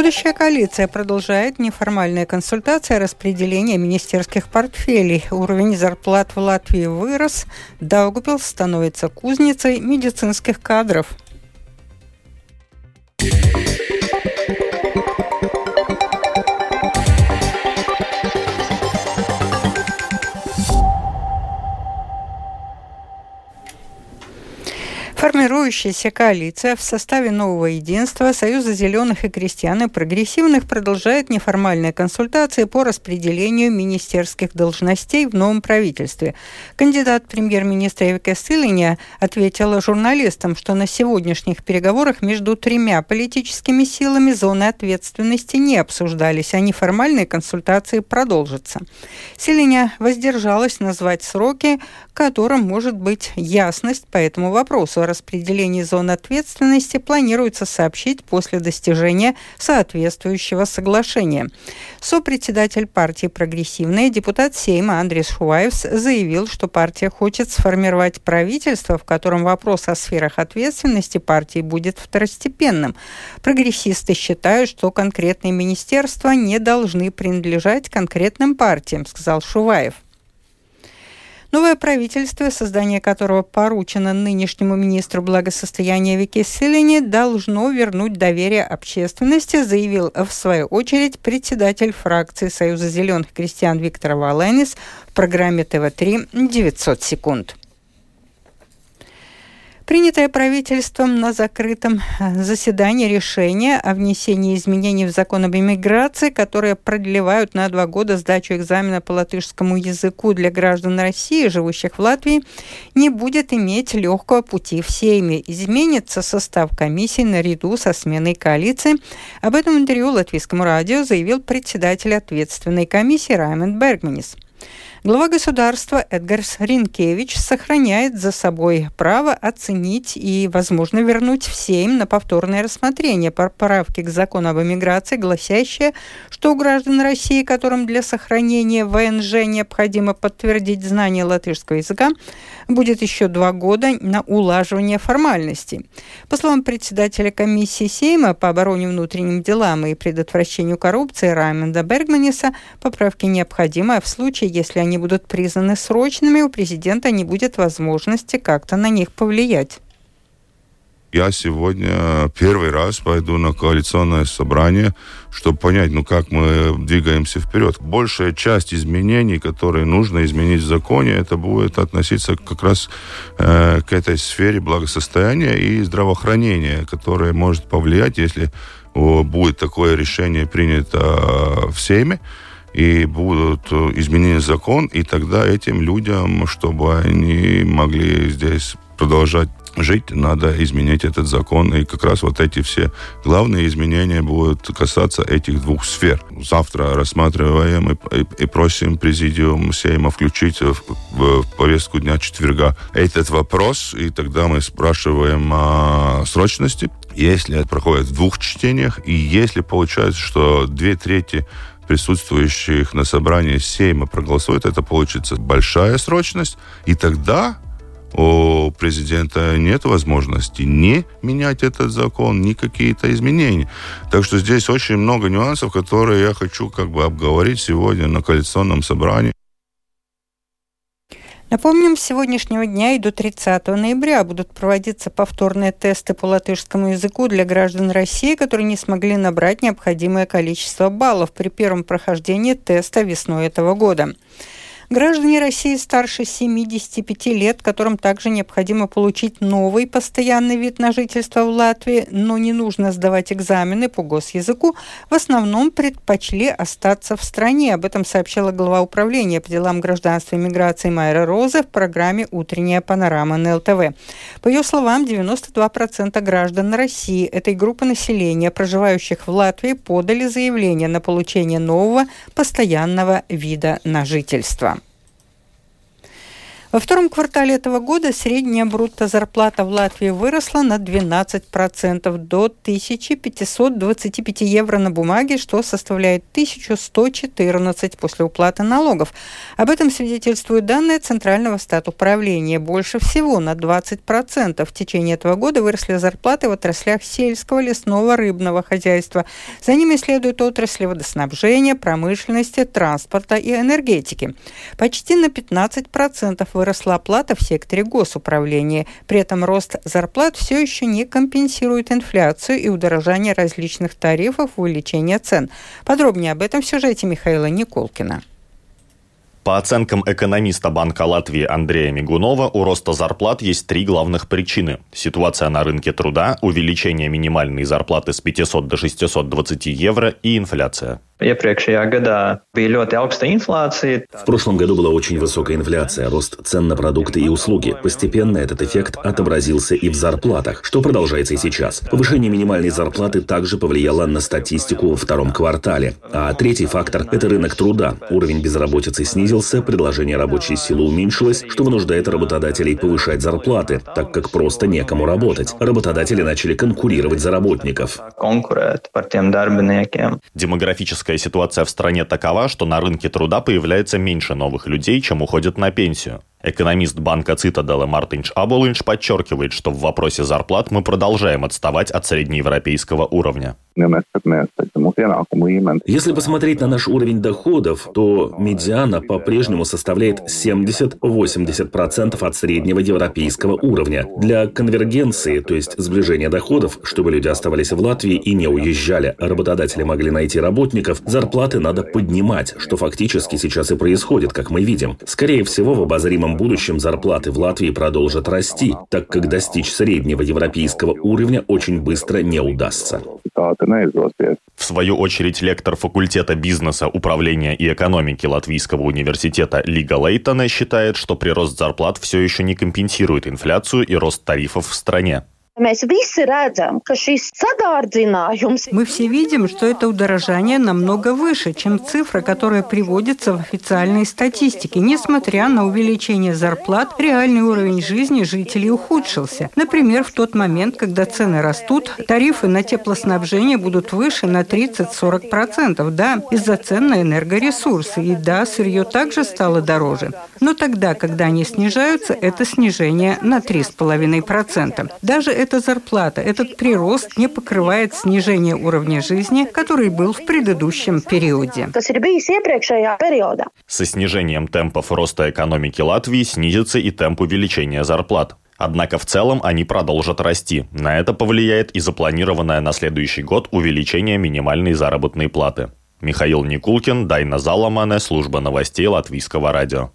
Будущая коалиция продолжает неформальные консультации о распределении министерских портфелей. Уровень зарплат в Латвии вырос. Даугавпилс становится кузницей медицинских кадров. Формирующаяся коалиция в составе Нового единства, Союза зеленых и крестьян и прогрессивных продолжает неформальные консультации по распределению министерских должностей в новом правительстве. Кандидат премьер-министра Эвика Силиня ответила журналистам, что на сегодняшних переговорах между тремя политическими силами зоны ответственности не обсуждались, а неформальные консультации продолжатся. Силиня воздержалась назвать сроки, которым может быть ясность по этому вопросу. О распределении зон ответственности планируется сообщить после достижения соответствующего соглашения. Сопредседатель партии «Прогрессивная», депутат Сейма Андрис Шуваевс заявил, что партия хочет сформировать правительство, в котором вопрос о сферах ответственности партии будет второстепенным. Прогрессисты считают, что конкретные министерства не должны принадлежать конкретным партиям, сказал Шуваев. Новое правительство, создание которого поручено нынешнему министру благосостояния Эвике Силине, должно вернуть доверие общественности, заявил в свою очередь председатель фракции Союза зеленых крестьян Виктор Валайнис в программе ТВ3 «900 секунд». Принятое правительством на закрытом заседании решение о внесении изменений в закон об иммиграции, которые продлевают на 2 года сдачу экзамена по латышскому языку для граждан России, живущих в Латвии, не будет иметь легкого пути в Сейме. Изменится состав комиссии наряду со сменой коалиции. Об этом в интервью Латвийскому радио заявил председатель ответственной комиссии Раймонд Бергманис. Глава государства Эдгарс Ринкевич сохраняет за собой право оценить и, возможно, вернуть в Сейм на повторное рассмотрение поправки к закону об эмиграции, гласящие, что у граждан России, которым для сохранения ВНЖ необходимо подтвердить знание латышского языка, будет еще 2 года на улаживание формальностей. По словам председателя комиссии Сейма по обороне внутренним делам и предотвращению коррупции Раймонда Бергманиса, поправки необходимы, а в случае, если они будут признаны срочными, у президента не будет возможности как-то на них повлиять. Я сегодня первый раз пойду на коалиционное собрание, чтобы понять, как мы двигаемся вперед. Большая часть изменений, которые нужно изменить в законе, это будет относиться как раз к этой сфере благосостояния и здравоохранения, которое может повлиять, если будет такое решение принято в Сейме, и будут изменены закон, и тогда этим людям, чтобы они могли здесь продолжать жить, надо изменить этот закон. И как раз вот эти все главные изменения будут касаться этих 2 сфер. Завтра рассматриваем и просим президиум Сейма включить в повестку дня четверга этот вопрос, и тогда мы спрашиваем о срочности. Если это проходит в 2 чтениях, и если получается, что 2/3 присутствующих на собрании Сейма проголосуют, это получится большая срочность, и тогда у президента нет возможности не менять этот закон, ни какие-то изменения. Так что здесь очень много нюансов, которые я хочу обговорить сегодня на коалиционном собрании. Напомним, с сегодняшнего дня и до 30 ноября будут проводиться повторные тесты по латышскому языку для граждан России, которые не смогли набрать необходимое количество баллов при первом прохождении теста весной этого года. Граждане России старше 75 лет, которым также необходимо получить новый постоянный вид на жительство в Латвии, но не нужно сдавать экзамены по госязыку, в основном предпочли остаться в стране. Об этом сообщила глава управления по делам гражданства и миграции Майра Роза в программе «Утренняя панорама» на ЛТВ. По ее словам, 92% граждан России этой группы населения, проживающих в Латвии, подали заявление на получение нового постоянного вида на жительство. Во втором квартале этого года средняя брутто-зарплата в Латвии выросла на 12% до 1525 евро на бумаге, что составляет 1114 после уплаты налогов. Об этом свидетельствуют данные Центрального статуправления. Больше всего, на 20%, в течение этого года выросли зарплаты в отраслях сельского, лесного, рыбного хозяйства. За ними следуют отрасли водоснабжения, промышленности, транспорта и энергетики. Почти на 15% выросла оплата в секторе госуправления. При этом рост зарплат все еще не компенсирует инфляцию и удорожание различных тарифов, увеличение цен. Подробнее об этом в сюжете Михаила Николкина. По оценкам экономиста Банка Латвии Андрея Мигунова, у роста зарплат есть три главных причины. Ситуация на рынке труда, увеличение минимальной зарплаты с 500 до 620 евро и инфляция. В прошлом году была очень высокая инфляция, рост цен на продукты и услуги. Постепенно этот эффект отобразился и в зарплатах, что продолжается и сейчас. Повышение минимальной зарплаты также повлияло на статистику во втором квартале. А третий фактор – это рынок труда. Уровень безработицы снизился, предложение рабочей силы уменьшилось, что вынуждает работодателей повышать зарплаты, так как просто некому работать. Работодатели начали конкурировать за работников. Демографическая ситуация в стране такова, что на рынке труда появляется меньше новых людей, чем уходят на пенсию. Экономист банка Цитадела Мартинш Аболинш подчеркивает, что в вопросе зарплат мы продолжаем отставать от среднеевропейского уровня. Если посмотреть на наш уровень доходов, то медиана по-прежнему составляет 70-80% от среднего европейского уровня. Для конвергенции, то есть сближения доходов, чтобы люди оставались в Латвии и не уезжали, работодатели могли найти работников, зарплаты надо поднимать, что фактически сейчас и происходит, как мы видим. Скорее всего, в обозримом будущем зарплаты в Латвии продолжат расти, так как достичь среднего европейского уровня очень быстро не удастся. В свою очередь, лектор факультета бизнеса, управления и экономики Латвийского университета Лига Лейтона считает, что прирост зарплат все еще не компенсирует инфляцию и рост тарифов в стране. Мы все видим, что это удорожание намного выше, чем цифра, которая приводится в официальной статистике. Несмотря на увеличение зарплат, реальный уровень жизни жителей ухудшился. Например, в тот момент, когда цены растут, тарифы на теплоснабжение будут выше на 30-40%. Да, из-за цен на энергоресурсы. И да, сырье также стало дороже. Но тогда, когда они снижаются, это снижение на 3,5%. Даже эта зарплата, этот прирост не покрывает снижение уровня жизни, который был в предыдущем периоде. Со снижением темпов роста экономики Латвии снизится и темп увеличения зарплат. Однако в целом они продолжат расти. На это повлияет и запланированное на следующий год увеличение минимальной заработной платы. Михаил Никулкин, Дайна Заламане, служба новостей Латвийского радио.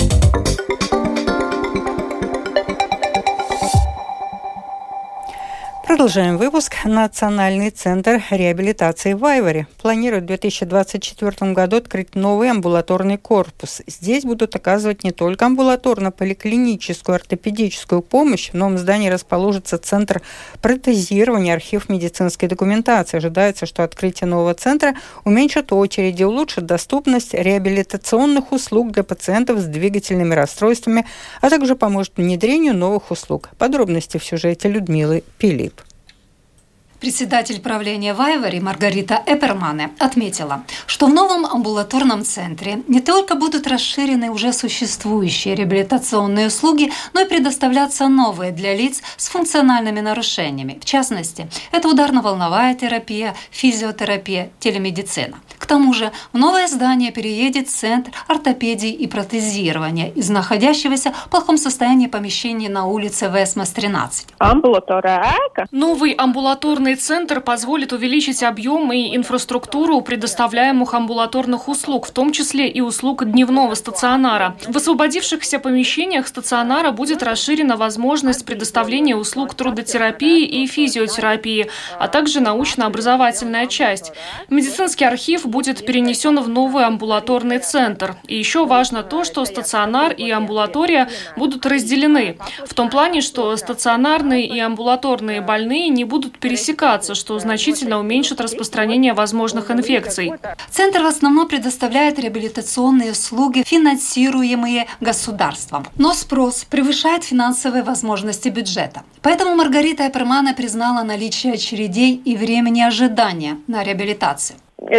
Продолжаем выпуск. Национальный центр реабилитации в Вайваре планирует в 2024 году открыть новый амбулаторный корпус. Здесь будут оказывать не только амбулаторно-поликлиническую ортопедическую помощь. В новом здании расположится центр протезирования, архив медицинской документации. Ожидается, что открытие нового центра уменьшит очереди, улучшит доступность реабилитационных услуг для пациентов с двигательными расстройствами, а также поможет внедрению новых услуг. Подробности в сюжете Людмилы Пилип. Председатель правления Вайвари Маргарита Эпермане отметила, что в новом амбулаторном центре не только будут расширены уже существующие реабилитационные услуги, но и предоставляться новые для лиц с функциональными нарушениями. В частности, это ударно-волновая терапия, физиотерапия, телемедицина. К тому же в новое здание переедет Центр ортопедии и протезирования из находящегося в плохом состоянии помещения на улице Весмас, 13. Новый амбулаторный центр позволит увеличить объем и инфраструктуру предоставляемых амбулаторных услуг, в том числе и услуг дневного стационара. В освободившихся помещениях стационара будет расширена возможность предоставления услуг трудотерапии и физиотерапии, а также научно-образовательная часть. Медицинский архив будет будет перенесен в новый амбулаторный центр. И еще важно то, что стационар и амбулатория будут разделены. В том плане, что стационарные и амбулаторные больные не будут пересекаться, что значительно уменьшит распространение возможных инфекций. Центр в основном предоставляет реабилитационные услуги, финансируемые государством. Но спрос превышает финансовые возможности бюджета. Поэтому Маргарита Эпермане признала наличие очередей и времени ожидания на реабилитацию.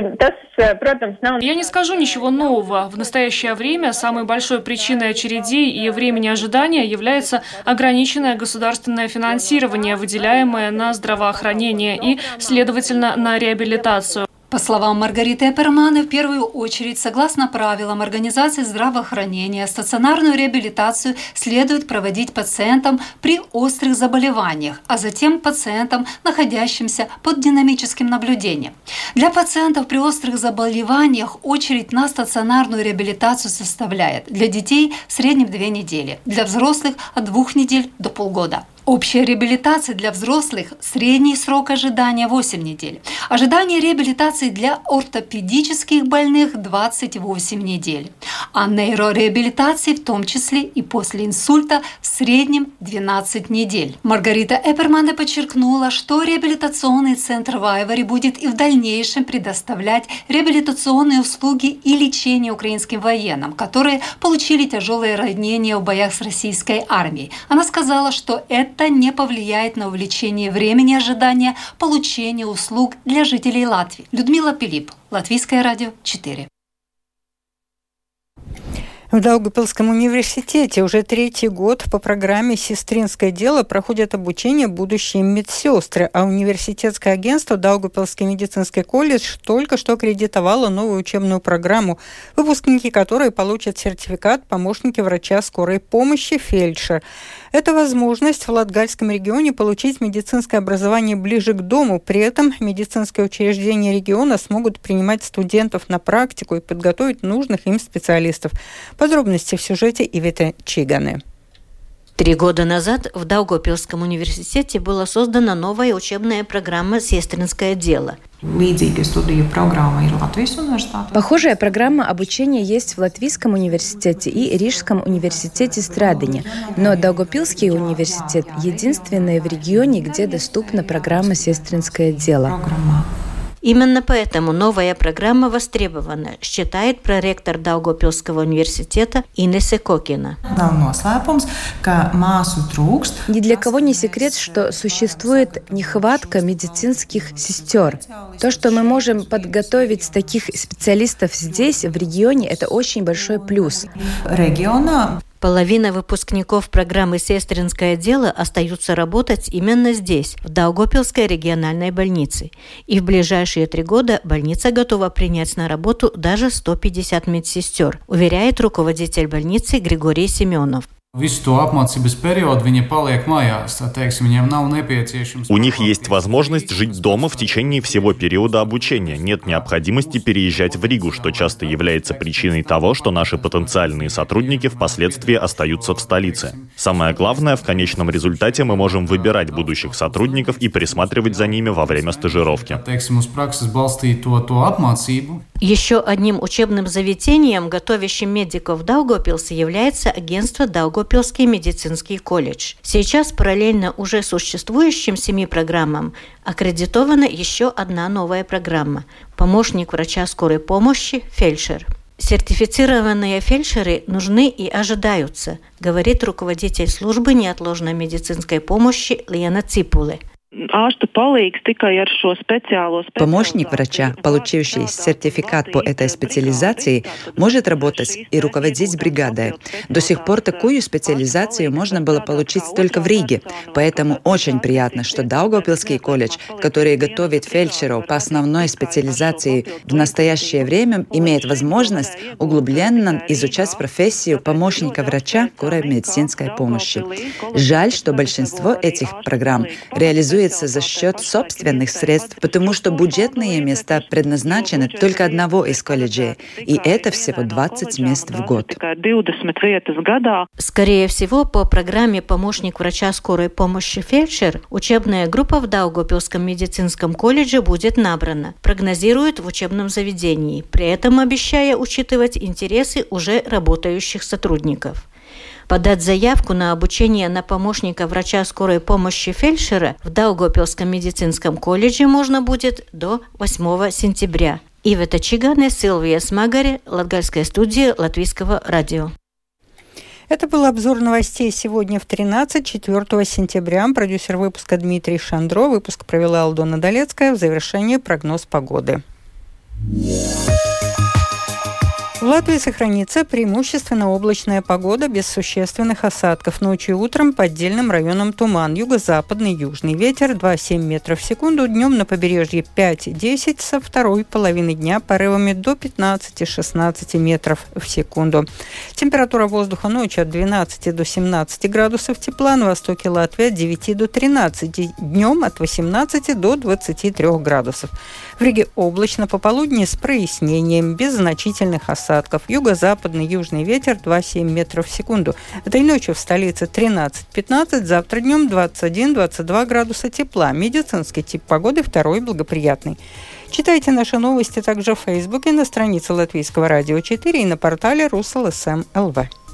Я не скажу ничего нового. В настоящее время самой большой причиной очередей и времени ожидания является ограниченное государственное финансирование, выделяемое на здравоохранение и, следовательно, на реабилитацию. По словам Маргариты Эпермане, в первую очередь, согласно правилам Организации здравоохранения, стационарную реабилитацию следует проводить пациентам при острых заболеваниях, а затем пациентам, находящимся под динамическим наблюдением. Для пациентов при острых заболеваниях очередь на стационарную реабилитацию составляет для детей в среднем 2 недели, для взрослых от 2 недель до полгода. Общая реабилитация для взрослых – средний срок ожидания 8 недель. Ожидание реабилитации для ортопедических больных – 28 недель. А нейрореабилитации, в том числе и после инсульта, в среднем 12 недель. Маргарита Эпермане подчеркнула, что реабилитационный центр в Айвари будет и в дальнейшем предоставлять реабилитационные услуги и лечение украинским военным, которые получили тяжелые ранения в боях с российской армией. Она сказала, что это не повлияет на увеличение времени ожидания получения услуг для жителей Латвии. Людмила Пилип, Латвийское радио 4. В Даугавпилском университете уже 3-й год по программе «Сестринское дело» проходят обучение будущие медсестры, а университетское агентство «Даугавпилский медицинский колледж» только что аккредитовало новую учебную программу, выпускники которой получат сертификат помощники врача скорой помощи «Фельдшер». Это возможность в Латгальском регионе получить медицинское образование ближе к дому. При этом медицинские учреждения региона смогут принимать студентов на практику и подготовить нужных им специалистов. Подробности в сюжете Ивиты Чиганы. 3 года назад в Даугавпилском университете была создана новая учебная программа «Сестринское дело». Похожая программа обучения есть в Латвийском университете и Рижском университете Страдыня, но Даугавпилский университет единственный в регионе, где доступна программа «Сестринское дело». Именно поэтому новая программа востребована, считает проректор Даугавпилского университета Инесе Кокина. Ни для кого не секрет, что существует нехватка медицинских сестер. То, что мы можем подготовить таких специалистов здесь, в регионе, это очень большой плюс. Половина выпускников программы «Сестринское дело» остаются работать именно здесь, в Даугавпилской региональной больнице. И в ближайшие 3 года больница готова принять на работу даже 150 медсестер, уверяет руководитель больницы Григорий Семенов. У них есть возможность жить дома в течение всего периода обучения. Нет необходимости переезжать в Ригу, что часто является причиной того, что наши потенциальные сотрудники впоследствии остаются в столице. Самое главное, в конечном результате мы можем выбирать будущих сотрудников и присматривать за ними во время стажировки. Еще одним учебным заведением, готовящим медиков в Даугавпилсе, является агентство «Даугавпилский медицинский колледж». Сейчас параллельно уже существующим 7 программам аккредитована еще одна новая программа – помощник врача скорой помощи «Фельдшер». Сертифицированные фельдшеры нужны и ожидаются, говорит руководитель службы неотложной медицинской помощи Лена Ципуле. Помощник врача, получивший сертификат по этой специализации, может работать и руководить бригадой. До сих пор такую специализацию можно было получить только в Риге, поэтому очень приятно, что Даугавпилский колледж, который готовит фельдшеров по основной специализации, в настоящее время имеет возможность углубленно изучать профессию помощника врача скорой медицинской помощи. Жаль, что большинство этих программ реализуется реализуется за счет собственных средств, потому что бюджетные места предназначены только одного из колледжей, и это всего 20 мест в год. Скорее всего, по программе «Помощник врача скорой помощи фельдшер» учебная группа в Даугавпилском медицинском колледже будет набрана, прогнозируют в учебном заведении, при этом обещая учитывать интересы уже работающих сотрудников. Подать заявку на обучение на помощника врача скорой помощи фельдшера в Даугавпилском медицинском колледже можно будет до 8 сентября. Ивета Чигане, Силвия Смагари, Латгальская студия Латвийского радио. Это был обзор новостей сегодня в 13, 4 сентября. Продюсер выпуска Дмитрий Шандро. Выпуск провела Алдона Долецкая. В завершении прогноз погоды. В Латвии сохранится преимущественно облачная погода без существенных осадков. Ночью и утром по отдельным районам туман. Юго-западный южный ветер 2,7 метров в секунду. Днем на побережье 5-10, со второй половины дня порывами до 15-16 метров в секунду. Температура воздуха ночью от 12 до 17 градусов тепла. На востоке Латвии от 9 до 13. Днем от 18 до 23 градусов. В Риге облачно, пополудни с прояснением, без значительных осадков. Юго-западный южный ветер 2,7 метров в секунду. Этой ночью в столице 13-15, завтра днем 21-22 градуса тепла. Медицинский тип погоды второй благоприятный. Читайте наши новости также в Фейсбуке, на странице Латвийского радио 4 и на портале RusLSM.lv.